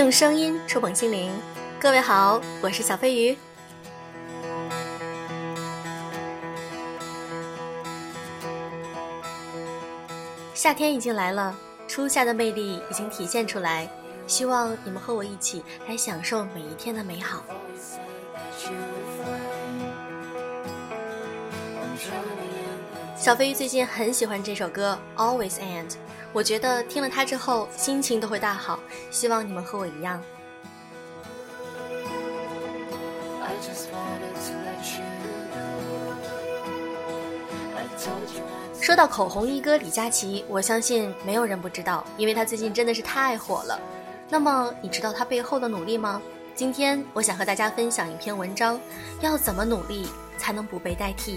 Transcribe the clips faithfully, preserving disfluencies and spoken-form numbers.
用声音触碰心灵。各位好，我是小飞鱼。夏天已经来了，初夏的魅力已经体现出来，希望你们和我一起来享受每一天的美好。小飞鱼最近很喜欢这首歌 Always And， 我觉得听了它之后心情都会大好，希望你们和我一样。说到口红一哥李佳琦，我相信没有人不知道，因为他最近真的是太火了。那么你知道他背后的努力吗？今天我想和大家分享一篇文章，要怎么努力才能不被代替。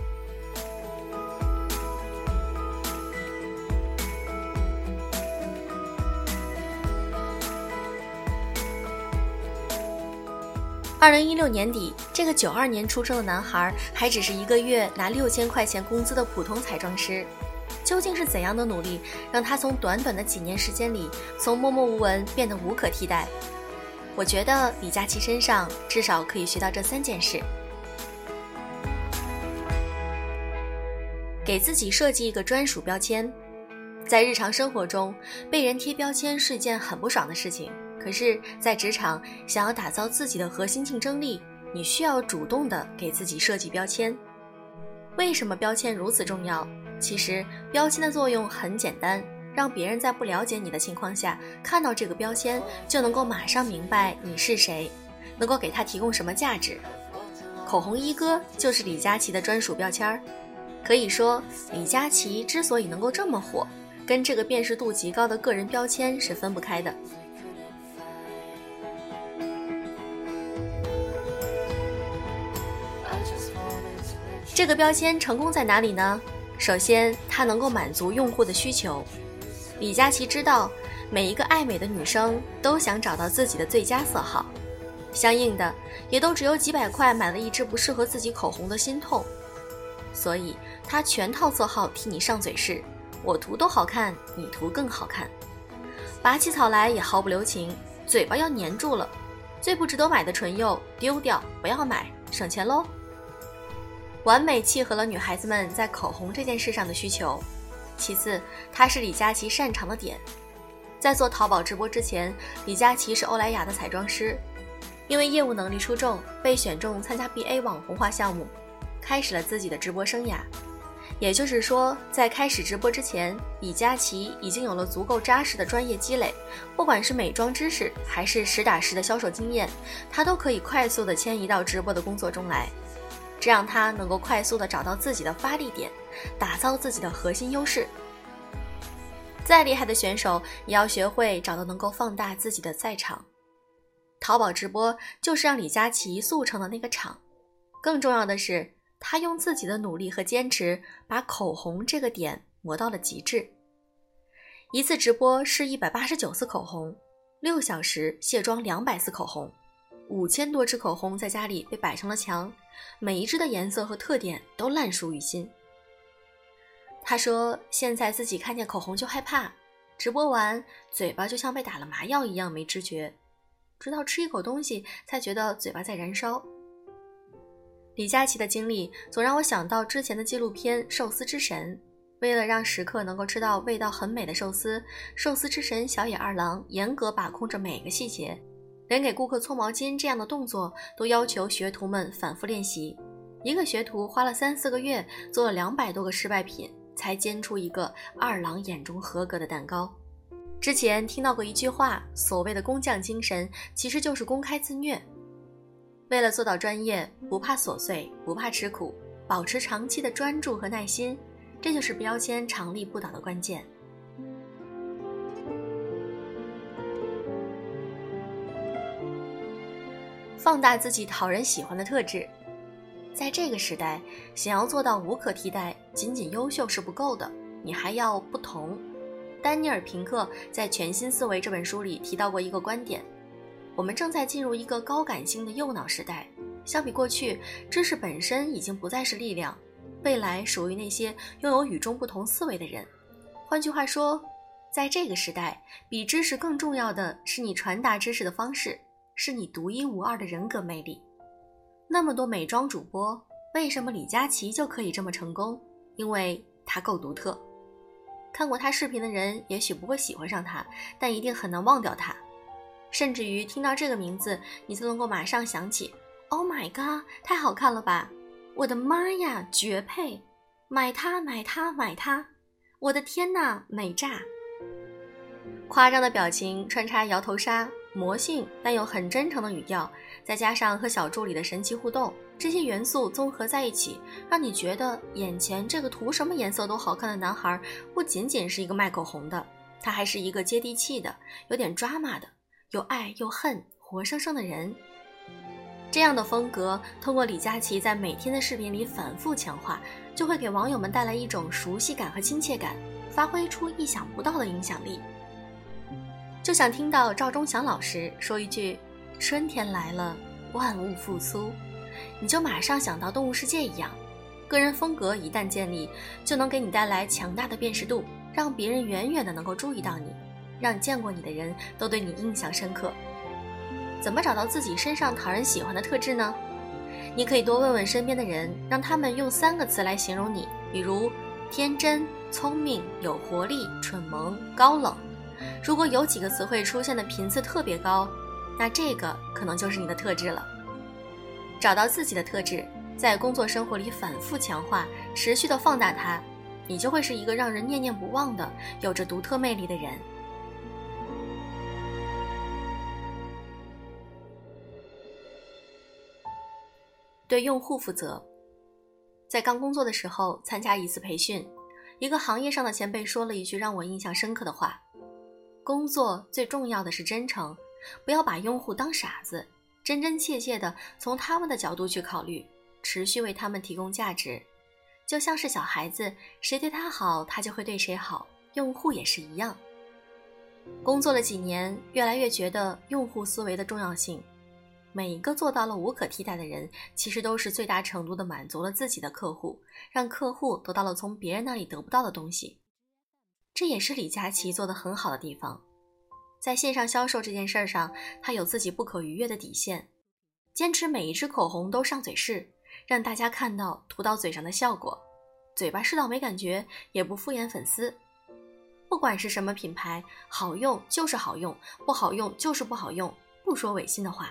二零一六年底，这个九二年出生的男孩还只是一个月拿六千块钱工资的普通彩妆师，究竟是怎样的努力，让他从短短的几年时间里，从默默无闻变得无可替代？我觉得李佳琦身上至少可以学到这三件事：给自己设计一个专属标签。在日常生活中，被人贴标签是一件很不爽的事情。可是在职场，想要打造自己的核心竞争力，你需要主动地给自己设计标签。为什么标签如此重要？其实标签的作用很简单，让别人在不了解你的情况下，看到这个标签就能够马上明白你是谁，能够给他提供什么价值。口红一哥就是李佳琦的专属标签。可以说，李佳琦之所以能够这么火，跟这个辨识度极高的个人标签是分不开的。这个标签成功在哪里呢？首先，它能够满足用户的需求。李佳琦知道，每一个爱美的女生都想找到自己的最佳色号，相应的，也都只有几百块买了一支不适合自己口红的心痛。所以，他全套色号替你上嘴试，我涂都好看，你涂更好看。拔起草来也毫不留情，嘴巴要粘住了。最不值得买的唇釉丢掉，不要买，省钱喽。完美契合了女孩子们在口红这件事上的需求。其次，它是李佳琦擅长的点。在做淘宝直播之前，李佳琦是欧莱雅的彩妆师，因为业务能力出众，被选中参加 B A 网红化项目，开始了自己的直播生涯。也就是说，在开始直播之前，李佳琦已经有了足够扎实的专业积累，不管是美妆知识还是实打实的销售经验，他都可以快速地迁移到直播的工作中来。这让他能够快速地找到自己的发力点，打造自己的核心优势。再厉害的选手也要学会找到能够放大自己的赛场。淘宝直播就是让李佳琦速成的那个场。更重要的是，他用自己的努力和坚持，把口红这个点磨到了极致。一次直播是一百八十九次口红，六小时卸妆两百次口红，五千多支口红在家里被摆成了墙，每一支的颜色和特点都烂熟于心。他说，现在自己看见口红就害怕，直播完嘴巴就像被打了麻药一样没知觉，直到吃一口东西才觉得嘴巴在燃烧。李佳琦的经历总让我想到之前的纪录片《寿司之神》，为了让食客能够吃到味道很美的寿司，寿司之神小野二郎严格把控着每个细节，连给顾客搓毛巾这样的动作都要求学徒们反复练习。一个学徒花了三四个月，做了两百多个失败品，才煎出一个二郎眼中合格的蛋糕。之前听到过一句话，所谓的工匠精神其实就是公开自虐。为了做到专业，不怕琐碎，不怕吃苦，保持长期的专注和耐心，这就是标签长立不倒的关键。放大自己讨人喜欢的特质。在这个时代，想要做到无可替代，仅仅优秀是不够的，你还要不同。丹尼尔·平克在《全新思维》这本书里提到过一个观点，我们正在进入一个高感性的右脑时代，相比过去，知识本身已经不再是力量，未来属于那些拥有与众不同思维的人。换句话说， 在这个时代，比知识更重要的是你传达知识的方式，是你独一无二的人格魅力。那么多美妆主播，为什么李佳琦就可以这么成功？因为他够独特。看过他视频的人也许不会喜欢上他，但一定很难忘掉他。甚至于听到这个名字，你就能够马上想起 Oh my god， 太好看了吧，我的妈呀，绝配，买它买它买它，我的天哪，美炸。夸张的表情穿插摇头杀，魔性但又很真诚的语调，再加上和小助理的神奇互动，这些元素综合在一起，让你觉得眼前这个涂什么颜色都好看的男孩不仅仅是一个卖口红的，他还是一个接地气的，有点抓马的，又爱又恨，活生生的人。这样的风格通过李佳琦在每天的视频里反复强化，就会给网友们带来一种熟悉感和亲切感，发挥出意想不到的影响力。就想听到赵忠祥老师说一句春天来了，万物复苏，你就马上想到动物世界一样。个人风格一旦建立，就能给你带来强大的辨识度，让别人远远的能够注意到你，让见过你的人都对你印象深刻。怎么找到自己身上讨人喜欢的特质呢？你可以多问问身边的人，让他们用三个词来形容你，比如天真、聪明、有活力、蠢萌、高冷。如果有几个词汇出现的频次特别高，那这个可能就是你的特质了。找到自己的特质，在工作生活里反复强化，持续的放大它，你就会是一个让人念念不忘的，有着独特魅力的人。对用户负责。在刚工作的时候参加一次培训，一个行业上的前辈说了一句让我印象深刻的话：工作最重要的是真诚，不要把用户当傻子，真真切切的从他们的角度去考虑，持续为他们提供价值。就像是小孩子，谁对他好，他就会对谁好，用户也是一样。工作了几年，越来越觉得用户思维的重要性。每一个做到了无可替代的人，其实都是最大程度地满足了自己的客户，让客户得到了从别人那里得不到的东西。这也是李佳琦做得很好的地方。在线上销售这件事上，他有自己不可逾越的底线，坚持每一支口红都上嘴试，让大家看到涂到嘴上的效果，嘴巴试到没感觉，也不敷衍粉丝。不管是什么品牌，好用就是好用，不好用就是不好用，不说违心的话。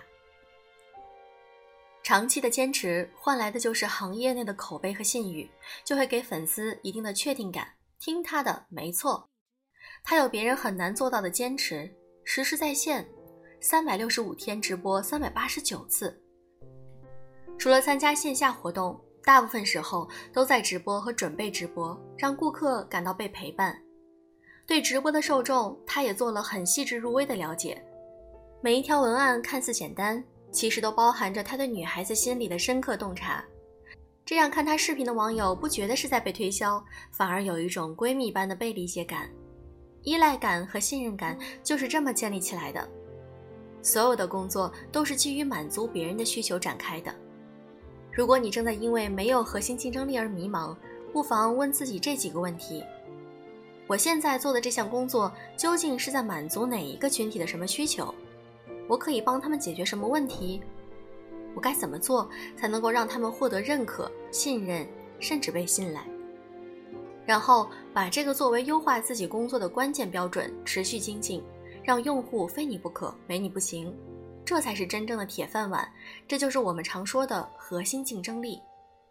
长期的坚持换来的就是行业内的口碑和信誉，就会给粉丝一定的确定感，听他的没错。他有别人很难做到的坚持，实时在线，三百六十五天直播三百八十九次。除了参加线下活动，大部分时候都在直播和准备直播，让顾客感到被陪伴。对直播的受众，他也做了很细致入微的了解。每一条文案看似简单，其实都包含着他对女孩子心里的深刻洞察。这样看他视频的网友不觉得是在被推销，反而有一种闺蜜般的被理解感。依赖感和信任感就是这么建立起来的。所有的工作都是基于满足别人的需求展开的。如果你正在因为没有核心竞争力而迷茫，不妨问自己这几个问题：我现在做的这项工作究竟是在满足哪一个群体的什么需求？我可以帮他们解决什么问题？我该怎么做才能够让他们获得认可、信任，甚至被信赖？然后把这个作为优化自己工作的关键标准，持续精进，让用户非你不可，没你不行。这才是真正的铁饭碗，这就是我们常说的核心竞争力。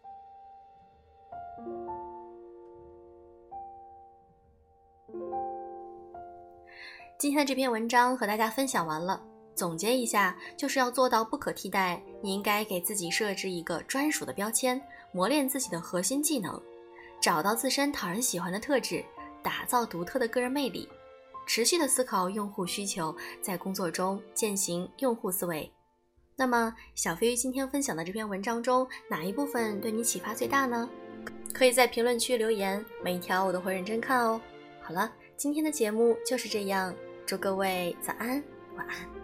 今天的这篇文章和大家分享完了，总结一下，就是要做到不可替代，你应该给自己设置一个专属的标签，磨练自己的核心技能，找到自身讨人喜欢的特质，打造独特的个人魅力，持续的思考用户需求，在工作中践行用户思维。那么小飞鱼今天分享的这篇文章中，哪一部分对你启发最大呢？可以在评论区留言，每一条我都会认真看哦。好了，今天的节目就是这样，祝各位早安晚安。